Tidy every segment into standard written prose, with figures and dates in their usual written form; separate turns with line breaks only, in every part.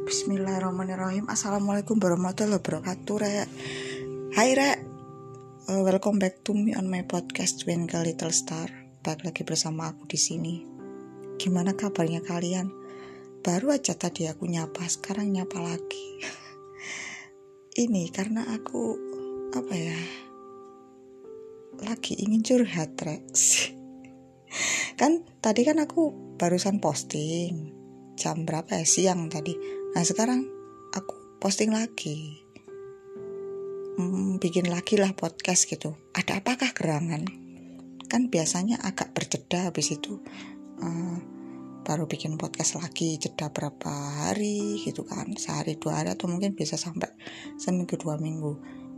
Bismillahirrahmanirrahim. Assalamualaikum warahmatullahi wabarakatuh, Rek. Hai, Rek. Welcome back to me on my podcast Twinkle Little Star. Balik lagi bersama aku di sini. Gimana kabarnya kalian? Baru aja tadi aku nyapa, sekarang nyapa lagi. Ini karena aku lagi ingin curhat, Rek. Kan tadi kan aku barusan posting jam berapa ya, siang tadi. Nah sekarang aku posting lagi, bikin lagi lah podcast gitu. Ada apakah gerangan? Kan biasanya agak berjeda, habis itu baru bikin podcast lagi, jeda berapa hari gitu kan, sehari 2 hari atau mungkin bisa sampai seminggu 2 minggu.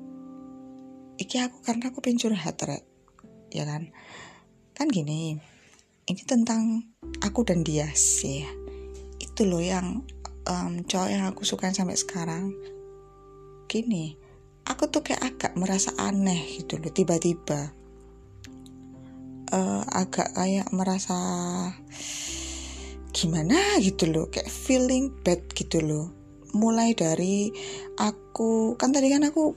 Karena aku pengen curhat, Rek, ya kan? Kan gini, ini tentang aku dan dia sih ya. Itu loh yang cowok yang aku sukain sampai sekarang. Gini, aku tuh kayak agak merasa aneh gitu loh, tiba-tiba agak kayak merasa gimana gitu loh, kayak feeling bad gitu loh. Mulai dari aku, kan tadi kan aku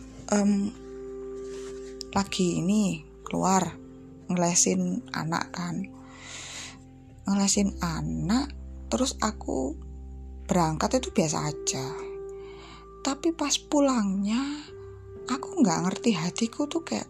lagi ini keluar ngelesin anak terus aku berangkat itu biasa aja, tapi pas pulangnya aku nggak ngerti, hatiku tuh kayak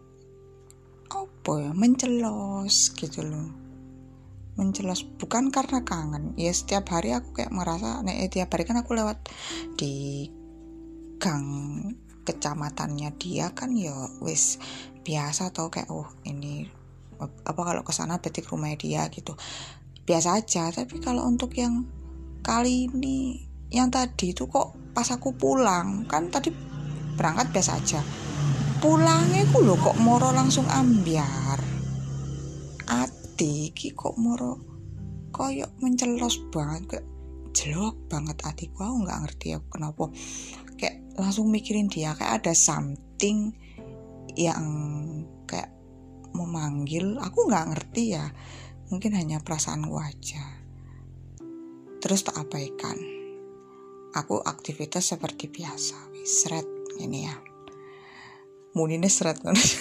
mencelos gitu loh. Mencelos bukan karena kangen ya, setiap hari aku kayak merasa tiap hari kan aku lewat di gang kecamatannya dia kan ya wis biasa tau, kayak ini kalau kesana berarti ke rumah dia gitu, biasa aja. Tapi kalau untuk yang kali ini, yang tadi itu kok pas aku pulang, kan tadi berangkat biasa aja, pulangnya aku loh kok moro langsung ambiar ati ki, kok moro koyok mencelos banget, kayak jelok banget atiku. Aku nggak ngerti ya kenapa, kayak langsung mikirin dia, kayak ada something yang kayak memanggil. Aku nggak ngerti ya, mungkin hanya perasaanku aja. Terus tak abaikan, aku aktivitas seperti biasa, seret ini ya, munine seret.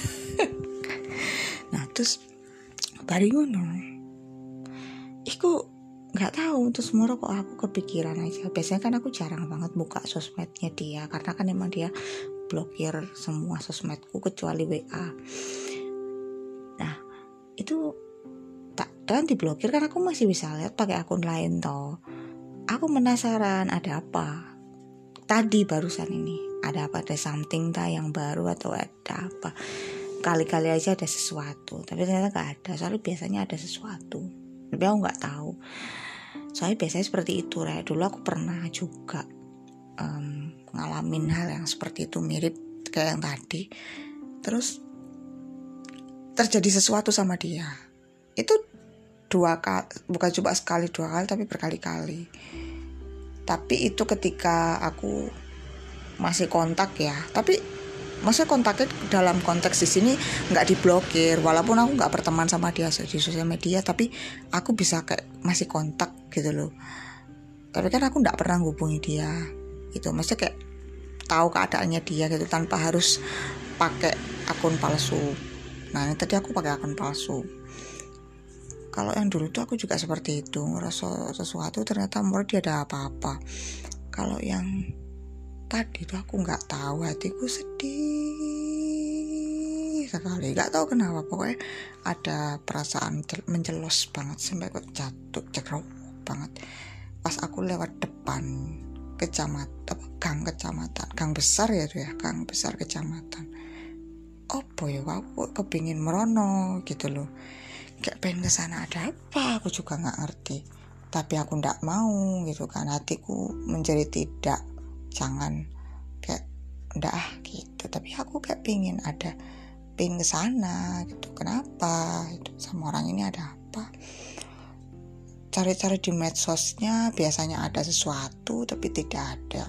Nah terus bari ngono, iku nggak tahu, terus moro kok aku kepikiran aja. Biasanya kan aku jarang banget buka sosmednya dia, karena kan emang dia blokir semua sosmedku kecuali WA. Nah itu dan diblokir kan aku masih bisa lihat pakai akun lain toh. Aku penasaran ada apa tadi barusan ini, ada apa, ada something yang baru atau ada apa. Kali-kali aja ada sesuatu, tapi ternyata gak ada. Soalnya biasanya ada sesuatu, tapi aku gak tahu. Soalnya biasanya seperti itu, Rek. Dulu aku pernah juga ngalamin hal yang seperti itu, mirip kayak yang tadi. Terus terjadi sesuatu sama dia. Itu 2 kali, bukan cuma sekali 2 kali, tapi berkali-kali. Tapi itu ketika aku masih kontak ya. Tapi maksudnya kontaknya dalam konteks di sini nggak diblokir, walaupun aku nggak berteman sama dia di sosial media, tapi aku bisa kayak masih kontak gitu loh. Tapi kan aku nggak pernah hubungi dia gitu, maksudnya kayak tahu keadaannya dia gitu tanpa harus pakai akun palsu. Nah ini tadi aku pakai akun palsu. Kalau yang dulu tuh aku juga seperti itu, ngerasa sesuatu ternyata menurut dia ada apa-apa. Kalau yang tadi tuh aku nggak tahu, hatiku sedih sekali, nggak tahu kenapa. Pokoknya ada perasaan mencelos banget sampai kok jatuh cekrok banget pas aku lewat depan gang kecamatan, gang besar ya tuh ya, gang besar kecamatan. Aku kepingin merono gitu loh, kayak pengen kesana, ada apa aku juga nggak ngerti, tapi aku nggak mau gitu kan. Hatiku menjadi tidak, jangan, kayak nggak gitu. Tapi aku kayak pengen kesana gitu. Kenapa itu sama orang ini, ada apa? Cari-cari di medsosnya, biasanya ada sesuatu tapi tidak ada.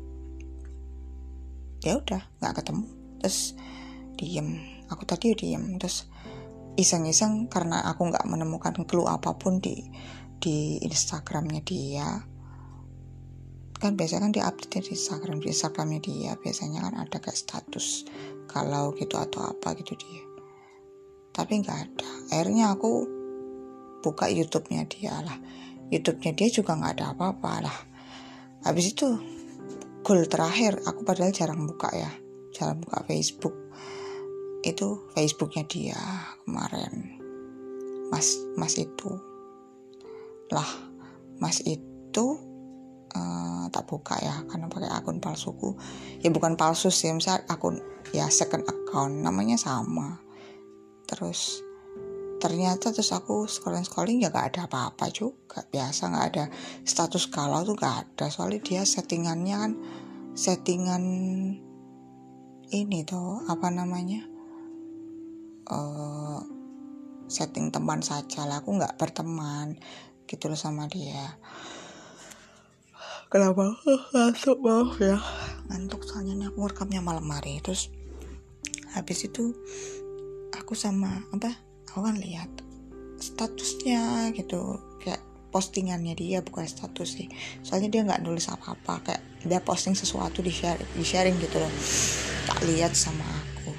Ya udah nggak ketemu, terus diem. Aku tadi diem, terus iseng-iseng karena aku nggak menemukan clue apapun di Instagramnya dia. kan biasanya kan dia update di Instagramnya dia biasanya kan ada kayak status kalau gitu atau apa gitu dia, tapi nggak ada. Akhirnya aku buka YouTube-nya dia lah, YouTube-nya dia juga nggak ada apa-apa lah. Habis itu goal terakhir, aku padahal jarang buka Facebook, itu Facebooknya dia kemarin, mas itu lah, mas itu tak buka ya karena pakai akun palsuku. Ya bukan palsu sih, misalnya akun ya second account namanya sama. Terus ternyata aku scrolling ya gak ada apa-apa juga, biasa, gak ada status galau tuh gak ada. Soalnya dia settingannya kan settingan ini tuh apa namanya, setting teman saja lah, aku gak berteman gitu loh sama dia. Kenapa ngantuk, maaf ya, ngantuk soalnya ini aku rekamnya malam hari. Terus habis itu aku kan lihat statusnya gitu, kayak postingannya dia, bukan status sih, soalnya dia nggak nulis apa-apa, kayak dia posting sesuatu di sharing gitu loh. Tak lihat sama aku,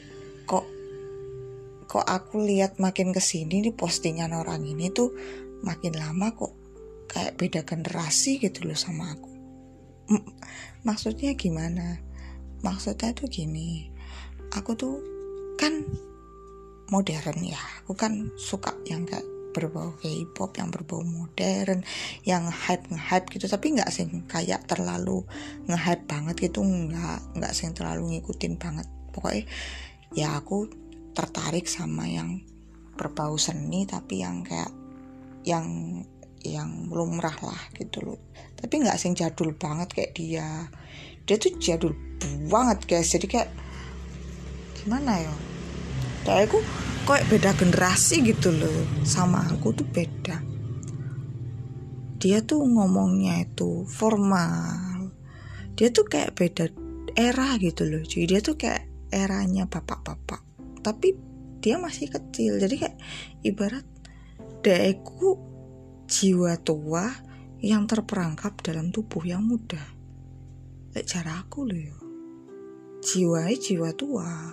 kok aku lihat makin kesini nih postingan orang ini tuh makin lama kok kayak beda generasi gitu loh sama aku. Maksudnya gimana? Maksudnya tuh gini, aku tuh kan modern ya, aku kan suka yang kayak berbau K-pop, yang berbau modern, yang hype gitu, tapi nggak sih kayak terlalu nge-hype banget gitu, nggak sih terlalu ngikutin banget. Pokoknya ya aku tertarik sama yang berbau seni, tapi yang kayak yang lumrah lah gitu loh, tapi nggak sing jadul banget kayak dia tuh jadul banget guys. Jadi kayak gimana ya, kayak aku kayak beda generasi gitu loh sama aku tuh beda. Dia tuh ngomongnya itu formal, dia tuh kayak beda era gitu loh cuy. Dia tuh kayak eranya bapak-bapak, tapi dia masih kecil. Jadi kayak ibarat deku jiwa tua yang terperangkap dalam tubuh yang muda. Cara aku loh ya, jiwa tua.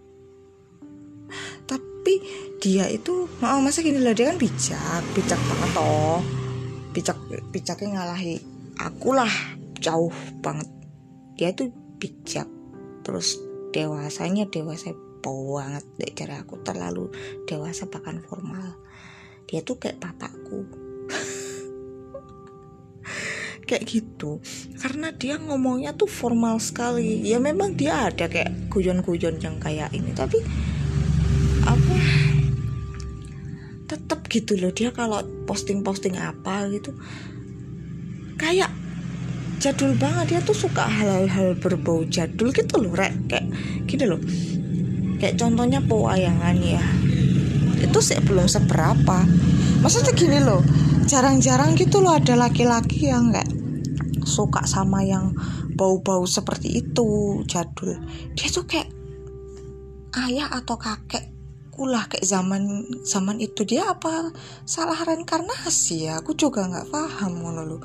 Tapi dia itu masa gini lah, dia kan bijak banget toh. Bijaknya ngalahi aku lah jauh banget. Dia tuh bijak, terus dewasa banget deh, cara aku terlalu dewasa bahkan formal. Dia tuh kayak bapakku kayak gitu, karena dia ngomongnya tuh formal sekali. Ya memang dia ada kayak guyon-guyon yang kayak ini, tapi apa tetap gitu loh, dia kalau posting apa gitu kayak jadul banget. Dia tuh suka hal-hal berbau jadul gitu loh, kayak gini loh. Kayak contohnya pewayangan ya, itu sih belum seberapa. Maksudnya gini loh, jarang-jarang gitu loh ada laki-laki yang kayak suka sama yang bau-bau seperti itu, jadul. Dia tuh kayak ayah atau kakekku lah, kayak zaman itu. Dia apa salah reinkarnasi ya, aku juga nggak paham ngono loh.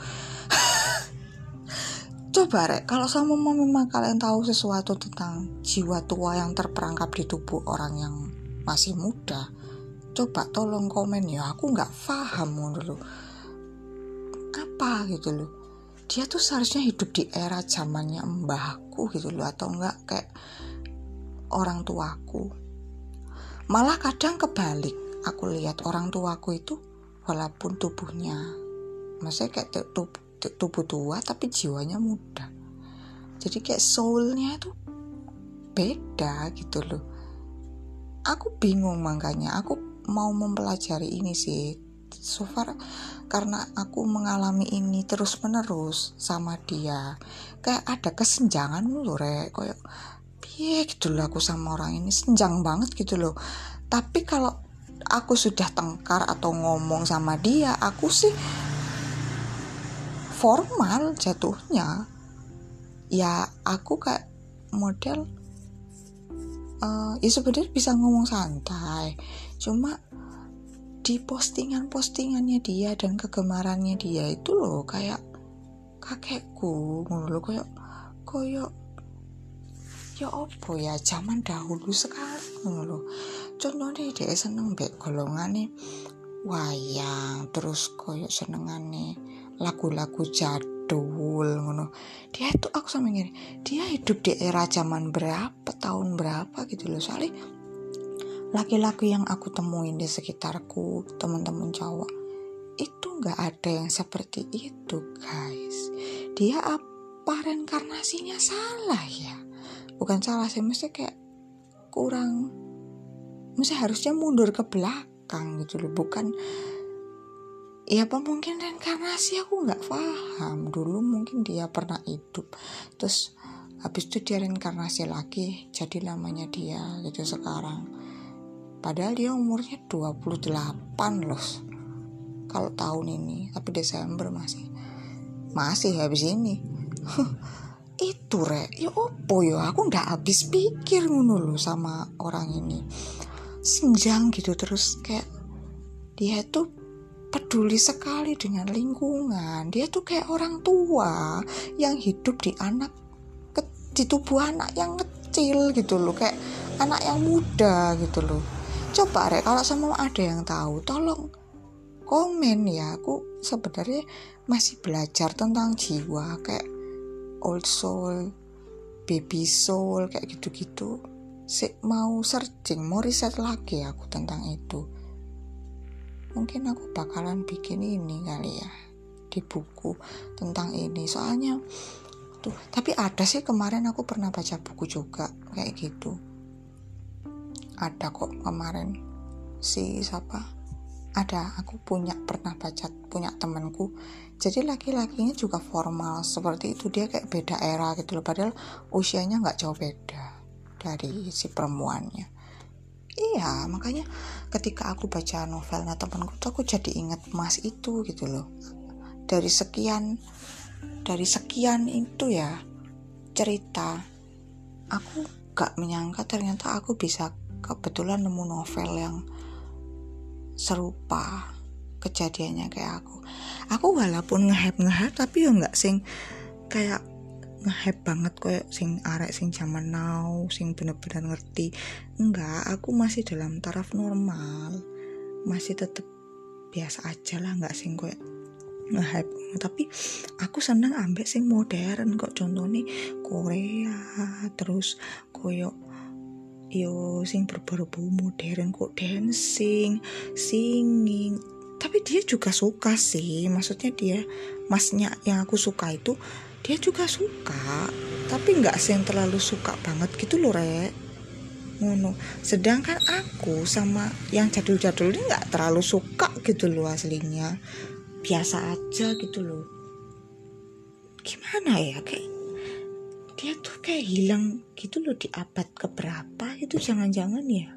Coba kalau sama memang kalian tahu sesuatu tentang jiwa tua yang terperangkap di tubuh orang yang masih muda, coba tolong komen ya, aku nggak paham dulu apa gitu loh. Dia tuh seharusnya hidup di era zamannya mbahku gitu loh, atau enggak kayak orang tuaku. Malah kadang kebalik, aku lihat orang tuaku itu walaupun tubuhnya maksudnya kayak tubuh tua tapi jiwanya muda. Jadi kayak soulnya itu beda gitu loh. Aku bingung, makanya aku mau mempelajari ini sih. So far karena aku mengalami ini terus menerus sama dia, kayak ada kesenjangan loh kayak piye gitu loh, aku sama orang ini senjang banget gitu loh. Tapi kalau aku sudah tengkar atau ngomong sama dia, aku sih formal jatuhnya. Ya aku kayak model ya sebenarnya bisa ngomong santai, cuma di postingannya dia dan kegemarannya dia itu loh kayak kakekku ngono lho, koyo ya opo ya zaman dahulu sekali ngono lho. Contohnya dia seneng mbek golongane wayang, terus koyo senengane lagu-lagu jadul ngono. Dia tuh aku sama ngene, dia hidup di era zaman berapa, tahun berapa gitu loh. Soalnya laki-laki yang aku temuin di sekitarku, teman-teman cowok, itu nggak ada yang seperti itu guys. Dia apa reinkarnasinya salah ya? Bukan salah sih, mesti kayak kurang, mesti harusnya mundur ke belakang gitu loh. Bukan ya apa mungkin reinkarnasi, aku nggak paham. Dulu mungkin dia pernah hidup, terus habis itu dia reinkarnasi lagi jadi namanya dia gitu sekarang. Padahal dia umurnya 28 loh kalau tahun ini, tapi Desember masih habis ini. Itu ya opo ya, aku nggak habis pikir ngono loh sama orang ini. Senjang gitu, terus kayak dia tuh peduli sekali dengan lingkungan. Dia tuh kayak orang tua yang hidup di tubuh anak yang kecil gitu loh, kayak anak yang muda gitu loh. Coba kalau sama ada yang tahu, tolong komen ya. Aku sebenarnya masih belajar tentang jiwa, kayak old soul, baby soul, kayak gitu-gitu. Mau searching, mau riset lagi aku tentang itu. Mungkin aku bakalan bikin ini kali ya, di buku tentang ini. Soalnya tuh, tapi ada sih kemarin aku pernah baca buku juga kayak gitu. Ada kok kemarin aku pernah baca, punya temanku. Jadi laki-lakinya juga formal seperti itu, dia kayak beda era gitu loh, padahal usianya nggak jauh beda dari si perempuannya. Iya, makanya ketika aku baca novelnya temanku tuh aku jadi ingat Mas itu gitu loh. Dari sekian itu ya cerita, aku gak menyangka ternyata aku bisa kebetulan nemu novel yang serupa kejadiannya kayak aku. Aku walaupun nge-hype tapi ya gak sing kayak nge-hype banget kayak sing arek sing zaman now, sing bener-bener ngerti. Enggak, aku masih dalam taraf normal, masih tetap biasa aja lah, gak sing kayak nge-hype. Tapi aku seneng ambek sing modern kok, contohnya Korea, terus koyo yo sing berbau modern kok, dancing, singing. Tapi dia juga suka sih, maksudnya dia masnya yang aku suka itu dia juga suka, tapi nggak sing terlalu suka banget gitu loh rek ngono. Sedangkan aku sama yang jadul-jadul ini nggak terlalu suka gitu loh, aslinya biasa aja gitu loh. Gimana ya, kayak dia tuh kayak hilang gitu loh di abad keberapa itu, jangan-jangan ya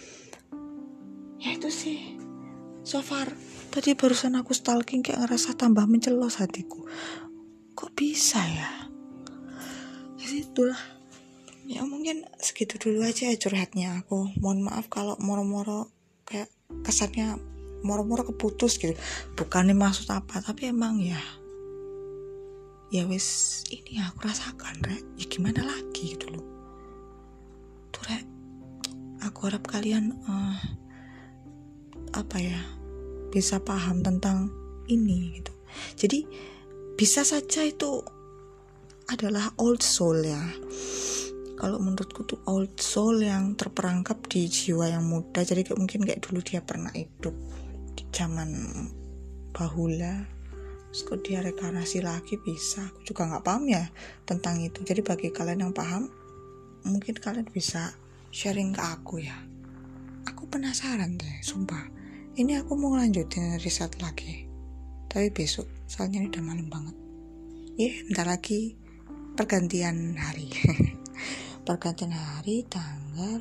itu sih. So far tadi barusan aku stalking kayak ngerasa tambah mencelos hatiku, kok bisa ya. Jadi itulah ya, mungkin segitu dulu aja curhatnya aku. Mohon maaf kalau moro-moro kayak kesannya moro-moro keputus gitu, bukannya maksud apa, tapi emang ya wis ini aku rasakan rek, ya gimana lagi gitu loh tuh rek. Aku harap kalian bisa paham tentang ini gitu. Jadi bisa saja itu adalah old soul ya, kalau menurutku tuh old soul yang terperangkap di jiwa yang muda. Jadi mungkin kayak dulu dia pernah hidup di zaman bahula, terus kok dia reinkarnasi lagi, bisa. Aku juga gak paham ya tentang itu. Jadi bagi kalian yang paham, mungkin kalian bisa sharing ke aku ya. Aku penasaran deh, sumpah. Ini aku mau lanjutin riset lagi, tapi besok, soalnya ini udah malam banget. Bentar lagi pergantian hari. Pergantian hari tanggal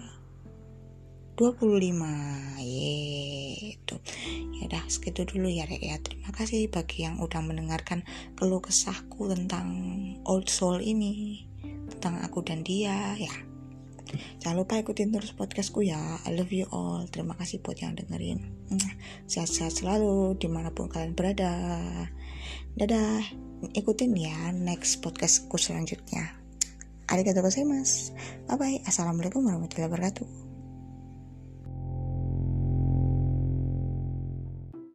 25 itu. Ya udah segitu dulu ya rek ya. Terima kasih bagi yang udah mendengarkan keluh kesahku tentang old soul ini, tentang aku dan dia ya. Jangan lupa ikutin terus podcastku ya. I love you all. Terima kasih buat yang dengerin. Sehat-sehat selalu dimanapun kalian berada. Dadah. ikutin ya next podcastku selanjutnya. Arigatou gozaimasu. Bye bye. Assalamualaikum warahmatullahi wabarakatuh.